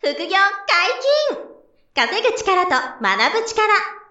副業解禁！稼ぐ力と学ぶ力。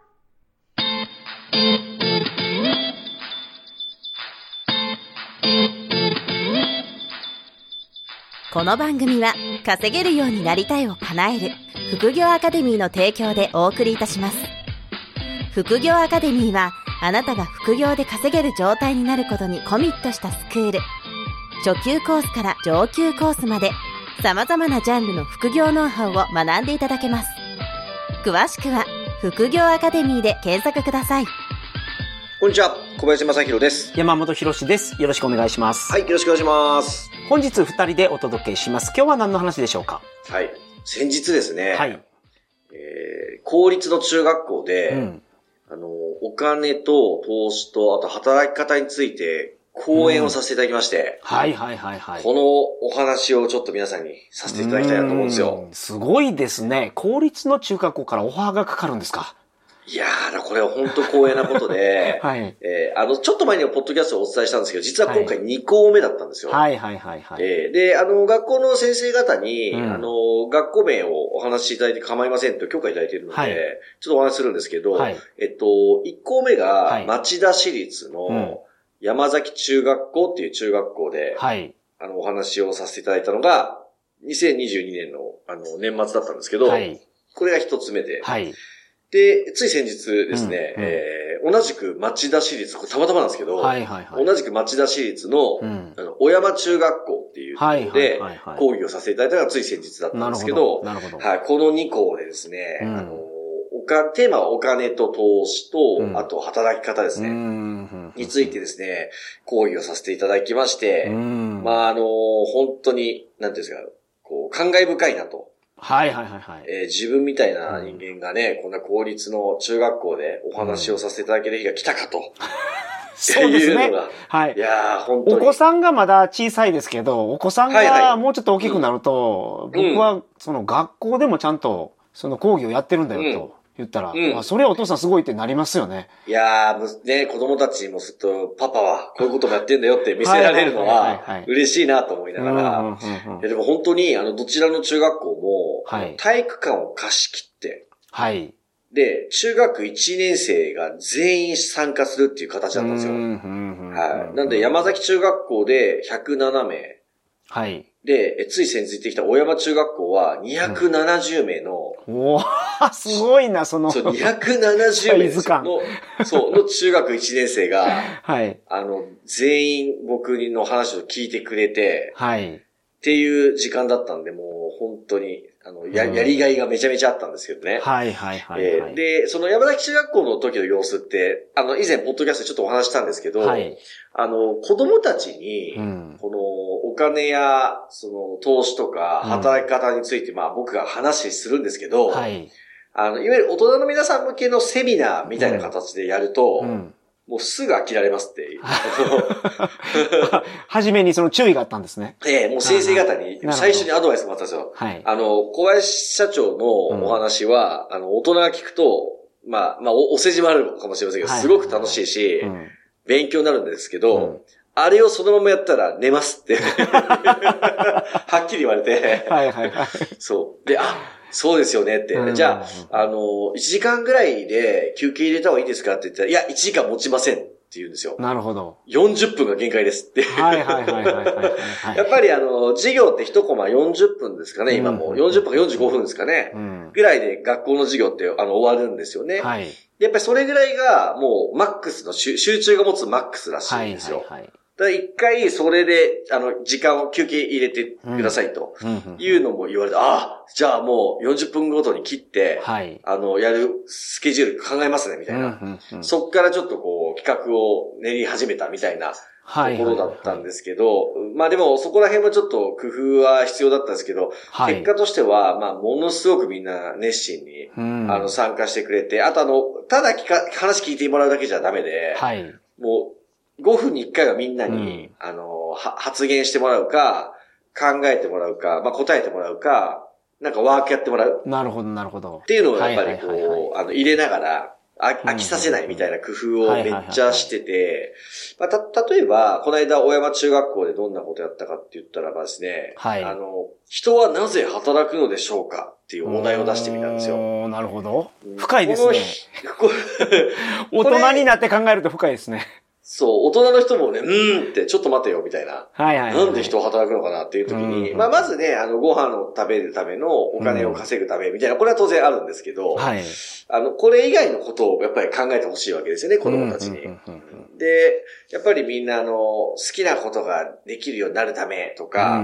この番組は稼げるようになりたいを叶える副業アカデミーの提供でお送りいたします。副業アカデミーはあなたが副業で稼げる状態になることにコミットしたスクール。初級コースから上級コースまで様々なジャンルの副業ノウハウを学んでいただけます。詳しくは副業アカデミーで検索ください。 こんにちは、小林正弘です。 山本博です。よろしくお願いします。 はい、よろしくお願いします。 本日2人でお届けします。今日は何の話でしょうか？ はい、先日ですね、 はい、 公立の中学校で、お金と投資とあと働き方について講演をさせていただきまして、 はいはいはいはい。 このお話をちょっと皆さんにさせていただきたいなと思うんですよ。 すごいですね。公立の中学校からオファーがかかるんですか？ いやー、これは本当光栄なことで、 はい、 ちょっと前にはポッドキャストをお伝えしたんですけど、実は今回2校目だったんですよ。 はいはいはいはい。 で、学校の先生方に、学校名をお話しいただいて構いませんと許可いただいているので、はい、ちょっとお話しするんですけど、はい、1校目が町田市立の山崎中学校っていう中学校で、はい、お話をさせていただいたのが、2022年の、年末だったんですけど、はい、これが1つ目で、はい、で、つい先日ですね、同じく町田市立、これたまたまなんですけど、はいはいはい、同じく町田市立の、小山中学校っていうところで、講義をさせていただいたのがつい先日だったんですけど、なるほど。はい、この2校でですね、テーマはお金と投資と、あと働き方ですね、についてですね、講義をさせていただきまして、まあ本当に、なんていうんですか、こう、感慨深いなと。 はいはいはいはい。 自分みたいな人間がね、こんな公立の中学校でお話をさせていただける日が来たかと。 そうですね。 はい。いやー、本当に。 お子さんがまだ小さいですけど、お子さんがもうちょっと大きくなると、僕はその学校でもちゃんとその講義をやってるんだよと。言ったら、それはお父さんすごいってなりますよね。 いやー、ね、子供たちにもすっと、パパはこういうこともやってんだよって見せられるのは、嬉しいなと思いながら、でも本当に、どちらの中学校も、体育館を貸し切って、はい。で、中学1年生が全員参加するっていう形だったんですよ。はい。なんで、山崎中学校で107名。はい。で、つい先日行ってきた小山中学校は270名の、 おー、すごいな、そう、 270名の中学1年生が、はい。全員僕の話を聞いてくれて、はい。っていう時間だったんで、もう本当に、やりがいがめちゃめちゃあったんですけどね。はいはいはい、はい。で、その山崎中学校の時の様子って、以前ポッドキャストでちょっとお話したんですけど、はい。子供たちに、このお金や、その投資とか働き方について、まあ僕が話するんですけど、はい。いわゆる大人の皆さん向けのセミナーみたいな形でやると、もうすぐ飽きられますって。 はじめにその注意があったんですね。 もう先生方に最初にアドバイスもらったんですよ。はい。小林社長のお話は、大人が聞くと、まあ、お世辞もあるかもしれませんけど、すごく楽しいし、勉強になるんですけど、あれをそのままやったら寝ますって。はっきり言われて。はいはいはい。そう。で、そうですよねって。じゃあ、1時間ぐらいで休憩入れた方がいいですかって言ったら、いや、1時間持ちませんって言うんですよ。 なるほど。 40分が限界ですって。 はいはいはいはいはい。 やっぱり授業って1コマ40分ですかね、今も。40分か45分ですかね。ぐらいで学校の授業って終わるんですよね。はい。やっぱりそれぐらいがもうマックスの集中が持つマックスらしいんですよ。はいはいはい。一回それで、時間を休憩入れてくださいというのも言われて、じゃあもう40分ごとに切って、はい、やるスケジュール考えますね、みたいな。そっからちょっとこう、企画を練り始めたみたいなところだったんですけど、まあでもそこら辺もちょっと工夫は必要だったんですけど、はい、結果としては、まあものすごくみんな熱心に、参加してくれて、あとただ話聞いてもらうだけじゃダメで、はい、もう、5分に1回はみんなに、発言してもらうか、考えてもらうか、まあ、答えてもらうか、なんかワークやってもらう。 なるほど、なるほど。 っていうのをやっぱりこう、入れながら、 飽きさせないみたいな工夫をめっちゃしてて、例えば、この間、小山中学校でどんなことやったかって言ったらばですね、 はい。 人はなぜ働くのでしょうかっていうお題を出してみたんですよ。 なるほど。深いですね。大人になって考えると深いですね。 そう、大人の人もね、ってちょっと待てよ、みたいな。 はいはい、はい。 なんで人は働くのかなっていう時に、まずね、ご飯を食べるためのお金を稼ぐためみたいな、これは当然あるんですけど、 はい。 これ以外のことをやっぱり考えてほしいわけですよね、子供たちに。で、やっぱりみんな好きなことができるようになるためとか、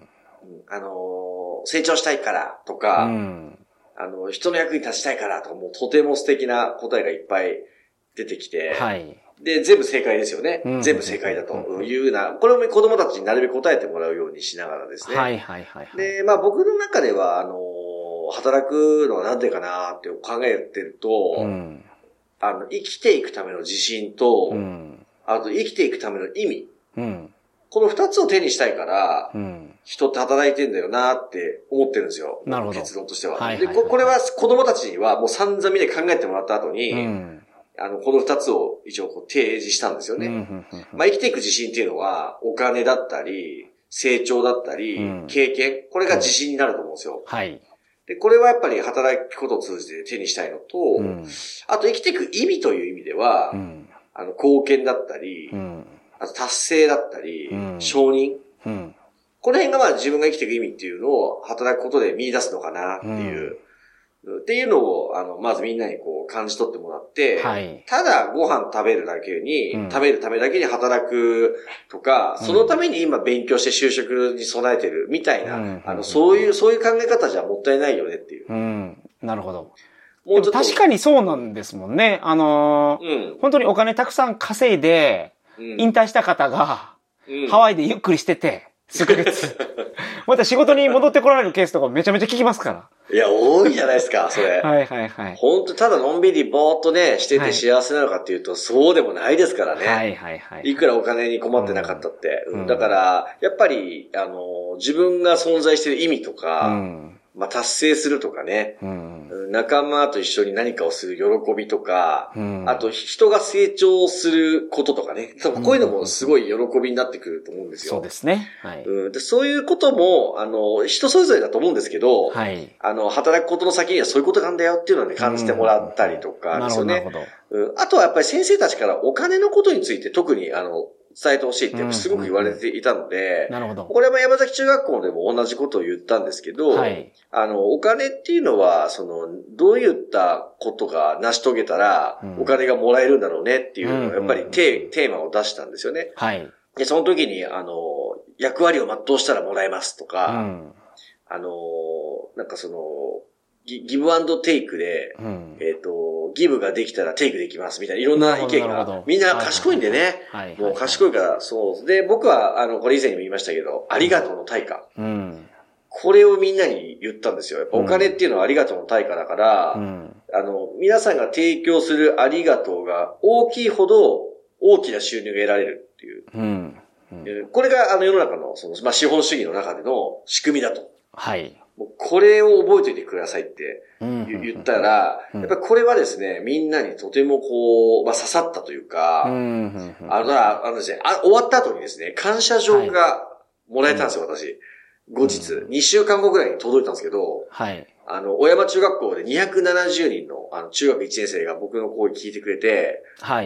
成長したいからとか、人の役に立ちたいからとか、もうとても素敵な答えがいっぱい出てきて、 はい。 で、全部正解ですよね。全部正解だというこれを子供たちになるべく答えてもらうようにしながらですね。 はいはいはい。 で、僕の中では、働くのはなんでかなって考えてると、生きていくための自信と、あと生きていくための意味。この二つを手にしたいから、人って働いてんだよなって思ってるんですよ。 なるほど。 結論としては。で、これは子供たちにはもう散々見て考えてもらった後に、この二つを一応提示したんですよね。生きていく自信っていうのは、お金だったり、成長だったり、経験、これが自信になると思うんですよ。 はい。 で、これはやっぱり働くことを通じて手にしたいのと、あと生きていく意味という意味では、貢献だったり、あと達成だったり、承認。この辺が自分が生きていく意味っていうのを働くことで見出すのかなっていう。っていうのを、まずみんなに感じ取ってもらって、はい、ただご飯食べるだけに、食べるためだけに働くとか、そのために今勉強して就職に備えてるみたいな、そういう考え方じゃもったいないよねっていう。 なるほど。もう確かにそうなんですもんね。本当にお金たくさん稼いで、引退した方が、ハワイでゆっくりしてて、数ヶ月。また仕事に戻ってこられるケースとかめちゃめちゃ聞きますから。 いや、多いじゃないですか、それ。 はいはいはい。 本当ただのんびりぼーっとね、してて幸せなのかっていうと、そうでもないですからね。 はいはいはい。 いくらお金に困ってなかったって。だから、やっぱり、自分が存在している意味とか、達成するとかね、仲間と一緒に何かをする喜びとか、あと人が成長することとかね、こういうのもすごい喜びになってくると思うんですよ。 そうですね。はい。 でそういうことも、人それぞれだと思うんですけど、はい。働くことの先にはそういうことがあるんだよっていうのをね、感じてもらったりとかですよね。なるほど。あとはやっぱり先生たちからお金のことについて特に、伝えてほしいってすごく言われていたので、 なるほど。 これも山崎中学校でも同じことを言ったんですけど、はい、お金っていうのは、どういったことが成し遂げたら、お金がもらえるんだろうねっていうのを、やっぱりテーマを出したんですよね。はい。で、その時に、役割を全うしたらもらえますとか、なんかギブアンドテイクで、ギブができたらテイクできますみたいな、いろんな意見が、みんな賢いんでね。もう賢いから、そう。で、僕は、これ以前にも言いましたけど、ありがとうの対価。これをみんなに言ったんですよ。やっぱお金っていうのはありがとうの対価だから、皆さんが提供するありがとうが大きいほど大きな収入が得られるっていう。これが世の中の、資本主義の中での仕組みだと。はい。これを覚えておいてくださいって言ったら、やっぱりこれはですね、みんなにとても刺さったというか、ですね、終わった後にですね、感謝状がもらえたんですよ、私。後日、2週間後ぐらいに届いたんですけど、はい。小山中学校で270人の、中学1年生が僕の講義聞いてくれて、はい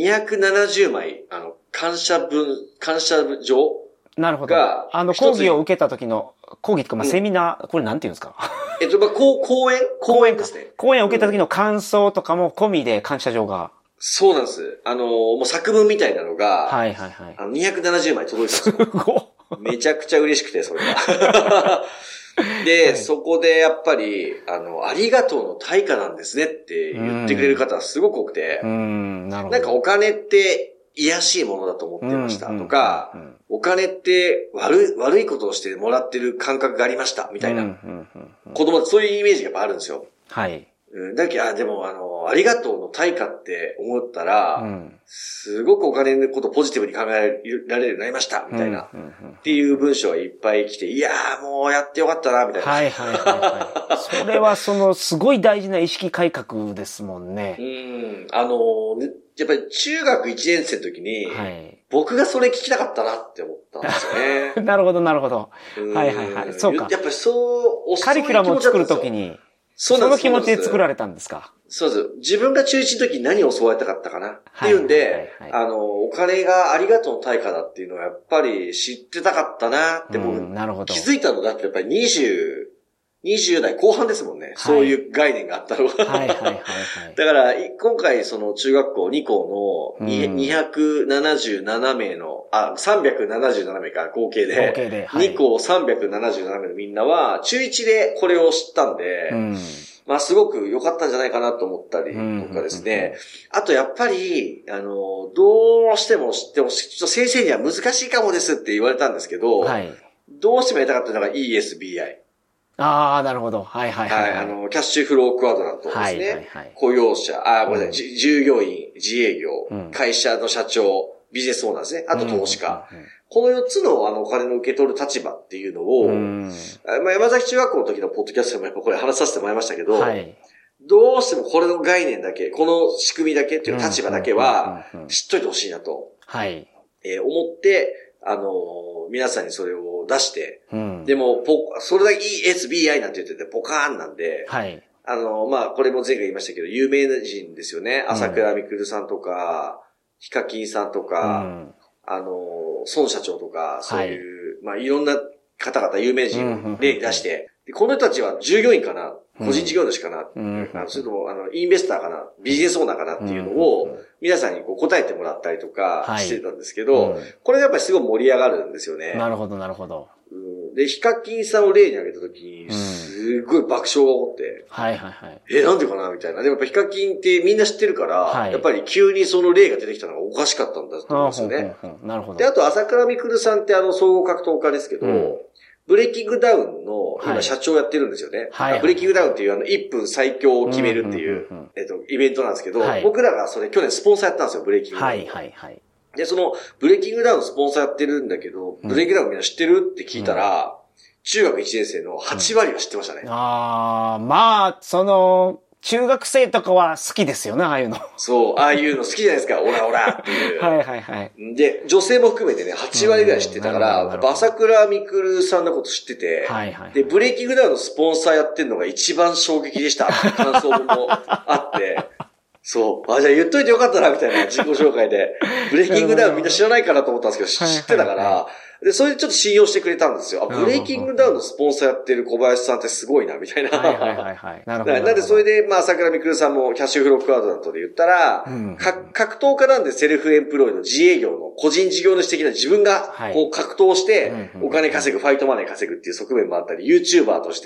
。270枚、感謝状なるほど。講義を受けた時の、講義とか、セミナー、これなんて言うんですか？ 講演ですね。 講演を受けた時の感想とかも込みで感謝状が。 そうなんです。もう作文みたいなのが、はいはいはい。270枚届いたんですよ。すごい。めちゃくちゃ嬉しくて、それが。で、はい、そこでやっぱり、ありがとうの対価なんですねって言ってくれる方はすごく多くて、なるほど。なんかお金って癒やしいものだと思ってましたとか、お金って悪いことをしてもらってる感覚がありましたみたいな。子供ってそういうイメージがやっぱあるんですよ。はい。だけど、でもありがとうの対価って思ったら、すごくお金のことをポジティブに考えられるようになりました、みたいな。っていう文章がいっぱい来て、いやーもうやってよかったな、みたいな。 はいはいはいはい。それはすごい大事な意識改革ですもんね。 やっぱり中学1年生の時に、僕がそれ聞きたかったなって思ったんですよね。 なるほどなるほど。はいはいはい。そうか。 やっぱりカリキュラムを作るときに、その気持ちで作られたんですか？ そうです。自分が中1の時に何を教わりたかったかなっていうんで、お金がありがとうの対価だっていうのはやっぱり知ってたかったなって僕、気づいたのだってやっぱり20代後半ですもんね。そういう概念があったのが。はいはいはいはい。だから、今回その中学校2校の277名の、377名か合計で、2校377名のみんなは中1でこれを知ったんで、まあすごく良かったんじゃないかなと思ったりとかですね。あとやっぱり、どうしても知ってほしい。ちょっと先生には難しいかもですって言われたんですけど、どうしてもやりたかったのが ESBI。 ああ、なるほど。はいはいはい。 キャッシュフロークワドラントですね。はいはいはい。雇用者、ごめんなさい、従業員、自営業、会社の社長、ビジネスオーナーですね。あと投資家。この4つのお金の受け取る立場っていうのを、山崎中学校の時のポッドキャストでもやっぱこれ話させてもらいましたけど、どうしてもこれの概念だけ、この仕組みだけっていう立場だけは、知っといてほしいなと。思って、皆さんにそれを出して、でも、それだけ ESBI なんて言っててポカーンなんで、まあ、これも前回言いましたけど、有名人ですよね。朝倉未来さんとか、ヒカキンさんとか、孫社長とか、そういう、まあ、いろんな方々有名人を例に出して、この人たちは従業員かな、個人事業主かな、それとも、インベスターかな、ビジネスオーナーかなっていうのを、皆さんにこう答えてもらったりとかしてたんですけど、これがやっぱりすごい盛り上がるんですよね。 なるほど、なるほど。 で、ヒカキンさんを例に挙げたときに、すごい爆笑が起こって、なんでかなみたいな。でもやっぱヒカキンってみんな知ってるから、やっぱり急にその例が出てきたのがおかしかったんだと思うんですよね。 なるほど。 で、あと朝倉未来さんって総合格闘家ですけど、ブレイキングダウンの今社長やってるんですよね。ブレイキングダウンっていう1分最強を決めるっていう、イベントなんですけど、僕らがそれ去年スポンサーやったんですよ、ブレイキングダウン。で、そのブレイキングダウンスポンサーやってるんだけど、ブレイキングダウンみんな知ってるって聞いたら、中学1年生の8割は知ってましたね。 まあ、中学生とかは好きですよね、ああいうの。 そう、ああいうの好きじゃないですか、オラオラっていう。で、女性も含めてね、8割ぐらい知ってたから、朝倉未来さんのこと知ってて、で、ブレイキングダウンのスポンサーやってるのが一番衝撃でしたって感想もあって、そう。じゃあ言っといてよかったな、みたいな自己紹介で。ブレイキングダウンみんな知らないかなと思ったんですけど、知ってたから、で、それでちょっと信用してくれたんですよ。ブレイキングダウンのスポンサーやってる小林さんってすごいな、みたいな。なので、それで、まあ、朝倉未来さんもキャッシュフロークワードナントで言ったら、格闘家なんでセルフエンプロイの自営業の個人事業主的な自分が、こう格闘して、お金稼ぐ、ファイトマネー稼ぐっていう側面もあったり、YouTuber として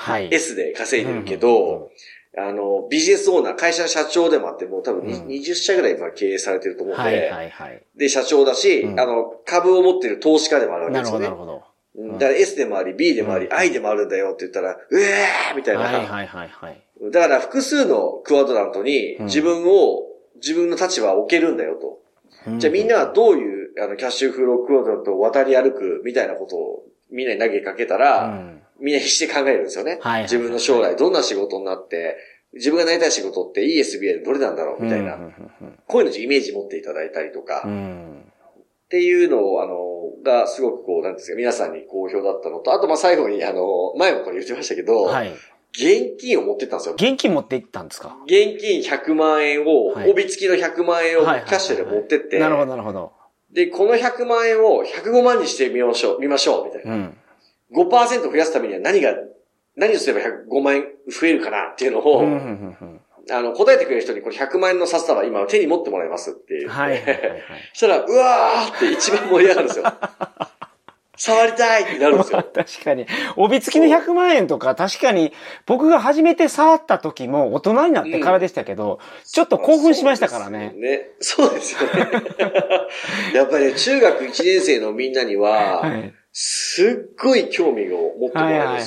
、S で稼いでるけど、ビジネスオーナー、会社の社長でもあって、もう多分20社ぐらい今経営されてると思うんで、で、社長だし、株を持ってる投資家でもあるわけですよね。なるほど。だから S でもあり、B でもあり、I でもあるんだよって言ったら、みたいな。だから複数のクワドラントに自分の立場を置けるんだよと。じゃあみんなはどういうキャッシュフロークワドラントを渡り歩くみたいなことをみんなに投げかけたら、みんな必死で考えるんですよね。自分の将来どんな仕事になって、自分がなりたい仕事って ESBI でどれなんだろうみたいな。こういうのイメージ持っていただいたりとか。っていうのを、がすごくこう、なんですか、皆さんに好評だったのと、あとまあ最後に前もこれ言ってましたけど、現金を持ってったんですよ。 現金持って行ったんですか？ 現金100万円を、帯付きの100万円をキャッシュで持ってって。 なるほど、なるほど。 で、この100万円を105万にしてみましょう、みたいな。5% 増やすためには何をすれば105万円増えるかなっていうのを、答えてくれる人にこれ100万円の札束今手に持ってもらいますっていう。そしたら、うわーって一番盛り上がるんですよ。触りたいってなるんですよ。 確かに。帯付きの100万円とか、確かに、僕が初めて触った時も大人になってからでしたけど、ちょっと興奮しましたからね。 そうですよね。やっぱり中学1年生のみんなには、すっごい興味を持ってもらうんですよ。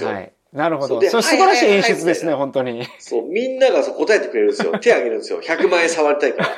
なるほど。それ素晴らしい演出ですね、本当に。 そう、みんなが答えてくれるんですよ。手挙げるんですよ。100万円触りたいから。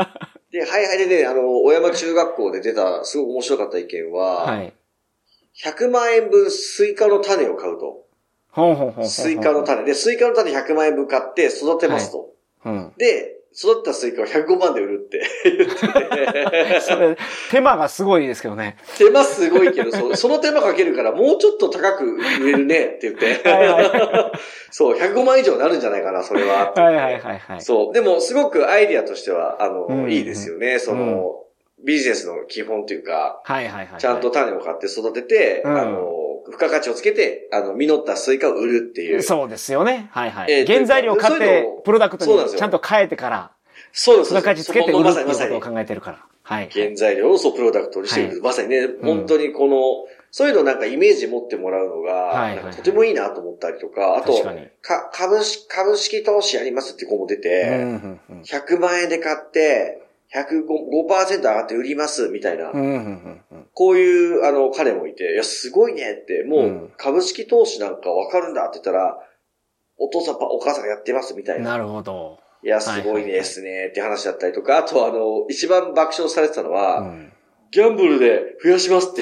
で、でね、小山中学校で出た、すごく面白かった意見は、はい、100万円分スイカの種を買うと。スイカの種。で、スイカの種100万円分買って育てますと。はいうん、で、育ったスイカを105万で売るって言ってて。 それ、手間がすごいですけどね。 手間すごいけど、その手間かけるからもうちょっと高く売れるねって言って。はいはい、そう、105万以上になるんじゃないかな、それは。 はいはいはいはい。 そう。でも、すごくアイディアとしては、いいですよね。ビジネスの基本というか、はいはいはい。ちゃんと種を買って育てて、付加価値をつけて、実ったスイカを売るっていう。 そうですよね。はいはい。原材料を買って、プロダクトにちゃんと変えてから、 そうです。 付加価値つけて売るっていうことを考えてるから。はい。 原材料をプロダクトにして売る。まさにね、本当にそういうのなんかイメージ持ってもらうのが、とてもいいなと思ったりとか、あと、株式投資やりますって子も出て、100万円で買って、105% 上がって売りますみたいな。こういう彼もいて、いや、すごいねって、もう株式投資なんかわかるんだって言ったら、お父さんお母さんがやってますみたいな。 なるほど。 いや、すごいですねって話だったりとか、あと一番爆笑されてたのは、ギャンブルで増やしますって。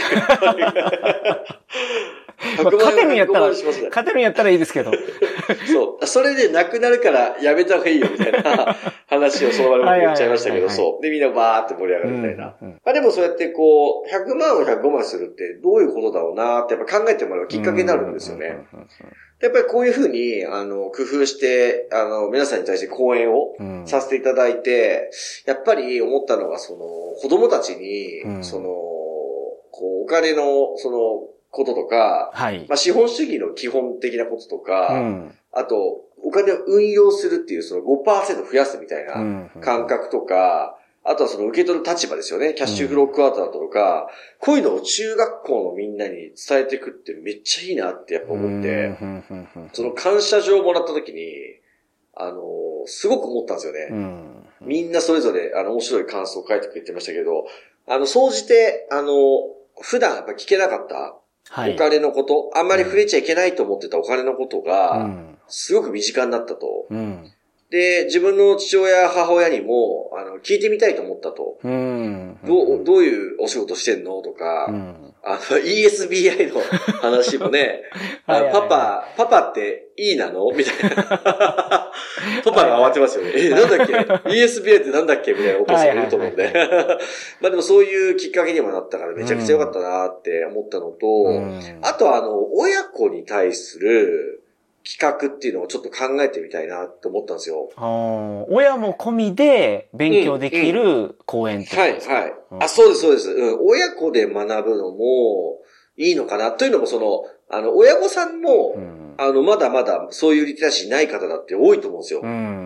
勝てるんやったらいいですけど。 そう。それでなくなるからやめた方がいいよみたいな話をその場で言っちゃいましたけど、そう。で、みんなバーって盛り上がるみたいな。でもそうやって100万を105万するってどういうことだろうなってやっぱ考えてもらうきっかけになるんですよね。やっぱりこういうふうに、工夫して、皆さんに対して講演をさせていただいて、やっぱり思ったのが、子供たちに、お金の、こととか、はい。資本主義の基本的なこととか、あと、お金を運用するっていう5% 増やすみたいな感覚とか、あとは受け取る立場ですよね。キャッシュフロークワーターとか、こういうのを中学校のみんなに伝えていくってめっちゃいいなってやっぱ思って、感謝状をもらった時に、すごく思ったんですよね。みんなそれぞれ、面白い感想を書いてくれてましたけど、総じて、普段やっぱ聞けなかった、はい、お金のこと、あんまり触れちゃいけないと思ってたお金のことが、すごく身近になったと。で、自分の父親、母親にも、聞いてみたいと思ったと。どういうお仕事してんのとか、ESBI の話もね、パパっていいなのみたいな。パパが慌てますよね。なんだっけ ?ESBI ってなんだっけみたいなお父さんがいると思うんで。まあでもそういうきっかけにもなったからめちゃくちゃ良かったなって思ったのと、あと親子に対する、企画っていうのをちょっと考えてみたいなって思ったんですよ。 親も込みで勉強できる講演ってことですか？ はい。そうです、そうです。親子で学ぶのもいいのかなというのも親御さんも、まだまだそういうリテラシーない方だって多いと思うんですよ。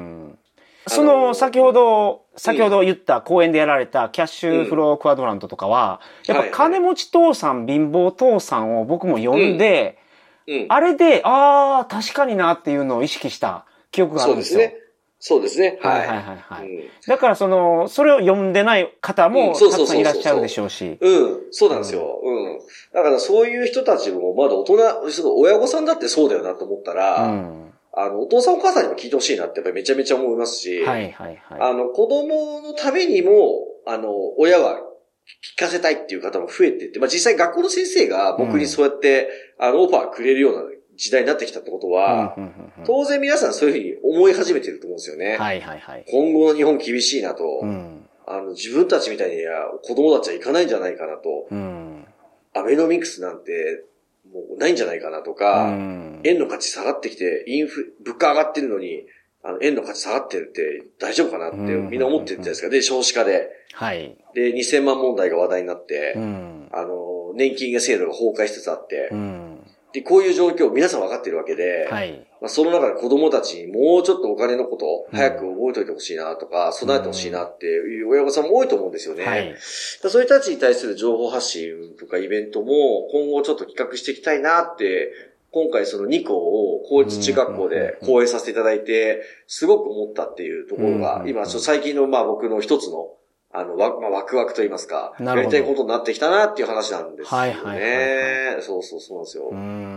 先ほど言った講演でやられたキャッシュフロークワドラントとかは、やっぱ金持ち父さん、貧乏父さんを僕も読んで、あれで、確かになっていうのを意識した記憶があるんですよ。 そうですね。 はい。だからそれを読んでない方もたくさんいらっしゃるでしょうし。 そうなんですよ。だからそういう人たちもまだ親御さんだってそうだよなと思ったら、お父さんお母さんにも聞いてほしいなってやっぱりめちゃめちゃ思いますし、子供のためにも、親は聞かせたいっていう方も増えていって、実際学校の先生が僕にそうやって、オファーくれるような時代になってきたってことは、当然皆さんそういうふうに思い始めてると思うんですよね。今後の日本厳しいなと、自分たちみたいに子供たちはいかないんじゃないかなと、アベノミクスなんてもうないんじゃないかなとか、円の価値下がってきて、物価上がってるのに、円の価値下がってるって大丈夫かなってみんな思ってるじゃないですか。で、少子化で。で、2000万問題が話題になって、年金制度が崩壊しつつあって、で、こういう状況を皆さん分かっているわけで、その中で子供たちにもうちょっとお金のこと早く覚えておいてほしいなとか、備えてほしいなっていう親御さんも多いと思うんですよね。そういう人たちに対する情報発信とかイベントも今後ちょっと企画していきたいなって、今回2校を公立中学校で講演させていただいて、すごく思ったっていうところが、今最近の僕の一つのワクワクと言いますか、やりたいことになってきたなっていう話なんですよね。そうなんですよ。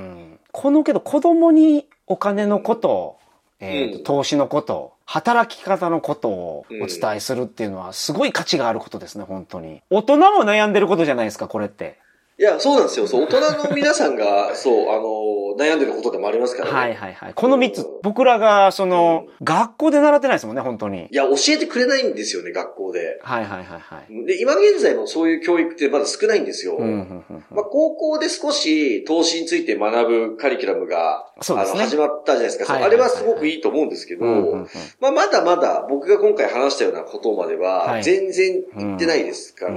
このけど子供にお金のことを、投資のこと、働き方のことをお伝えするっていうのはすごい価値があることですね、本当に。大人も悩んでることじゃないですか、これって。 いや、そうなんですよ。そう、大人の皆さんが、そう、悩んでることでもありますからね。 はいはいはい。この3つ、僕らが、学校で習ってないですもんね、本当に。 いや、教えてくれないんですよね、学校で。 はいはいはいはい。 で、今現在もそういう教育ってまだ少ないんですよ。まあ、高校で少し投資について学ぶカリキュラムが、始まったじゃないですか。あれはすごくいいと思うんですけど、まあ、まだまだ僕が今回話したようなことまでは、全然言ってないですから、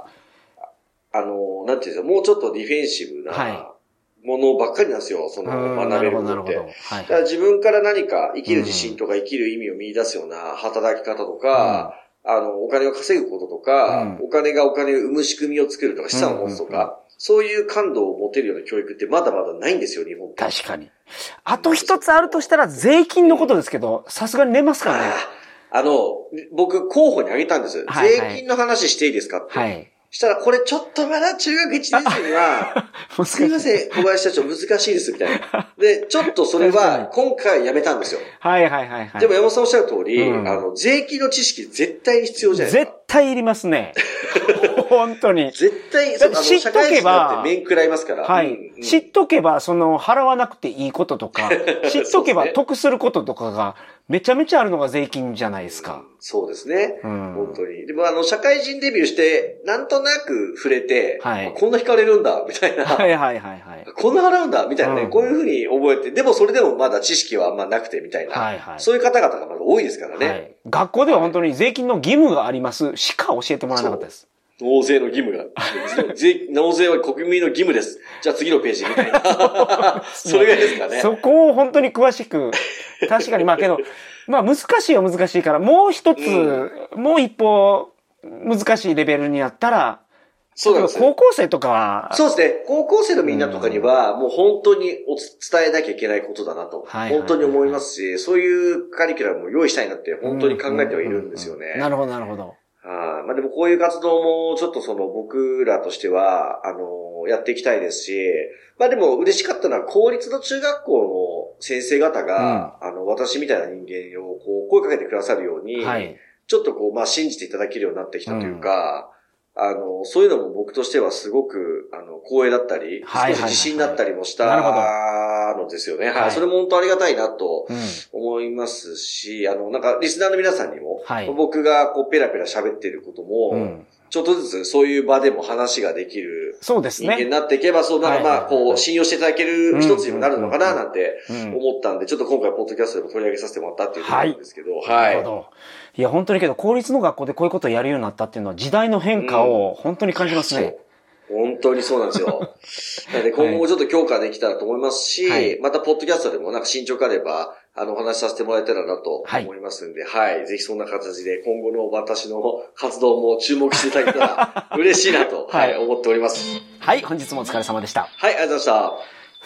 なんていうんですか、もうちょっとディフェンシブなものばっかりなんですよ、学べることって。だから自分から何か生きる自信とか生きる意味を見出すような働き方とか、お金を稼ぐこととか、お金がお金を生む仕組みを作るとか、資産を持つとか、そういう感度を持てるような教育ってまだまだないんですよ、日本って。 確かに。あと一つあるとしたら税金のことですけど、さすがに寝ますからね。 僕候補に挙げたんです。税金の話していいですかって。はい。したら、これちょっとまだ中学1年生には、すいません、小林社長難しいです、みたいな。で、ちょっとそれは、今回やめたんですよ。 はいはいはいはい。 でも山本さんおっしゃる通り、税金の知識絶対に必要じゃないですか。 絶対いりますね。本当に。 絶対、社会人だって面食らいますから。 はい。知っとけば、払わなくていいこととか、知っとけば得することとかが、めちゃめちゃあるのが税金じゃないですか。 そうですね。本当に。でも社会人デビューして、なんとなく触れて、こんな引かれるんだ、みたいな。 はいはいはいはい。 こんな払うんだ、みたいなね。こういうふうに覚えて、でもそれでもまだ知識はあんまなくて、みたいな。はいはい。そういう方々がまだ多いですからね。はい。 学校では本当に税金の義務がありますしか教えてもらわなかったです。 納税の義務が。納税は国民の義務です。じゃあ次のページみたいな。それぐらいですかね。 そこを本当に詳しく。確かに、けど、難しいは難しいから、もう一つ、もう一歩、難しいレベルになったら、そうなんです。高校生とかは。 そうですね。高校生のみんなとかには、もう本当に伝えなきゃいけないことだなと、本当に思いますし、そういうカリキュラムを用意したいなって本当に考えてはいるんですよね。 なるほど、なるほど。 でもこういう活動もちょっと僕らとしては、やっていきたいですし、でも嬉しかったのは公立の中学校の先生方が、私みたいな人間を声かけてくださるように、ちょっと信じていただけるようになってきたというか、そういうのも僕としてはすごく、光栄だったり、少し自信になったりもしたのですよね。はい。それも本当ありがたいなと思いますし、リスナーの皆さんにも、僕がペラペラ喋っていることも、ちょっとずつそういう場でも話ができる人間になっていけば、信用していただける一つにもなるのかななんて思ったんで、ちょっと今回ポッドキャストでも取り上げさせてもらったっていうところなんですけど、 なるほど。いや、本当にけど、公立の学校でこういうことをやるようになったっていうのは時代の変化を本当に感じますね。 本当にそうなんですよ。なので今後もちょっと強化できたらと思いますし、またポッドキャストでも進捗あれば、お話しさせてもらえたらなと思いますんで、ぜひそんな形で今後の私の活動も注目していただけたら嬉しいなと、思っております。 はい、本日もお疲れ様でした。 はい、ありがとうございました。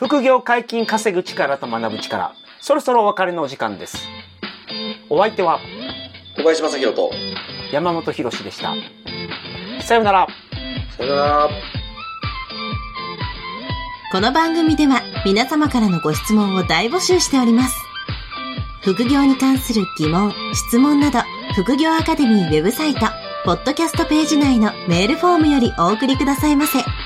副業解禁稼ぐ力と学ぶ力、そろそろお別れのお時間です。お相手は、 小林正宏と山本博史でした。さようなら。 さようなら。 この番組では皆様からのご質問を大募集しております。副業に関する疑問、質問など、副業アカデミーウェブサイト、ポッドキャストページ内のメールフォームよりお送りくださいませ。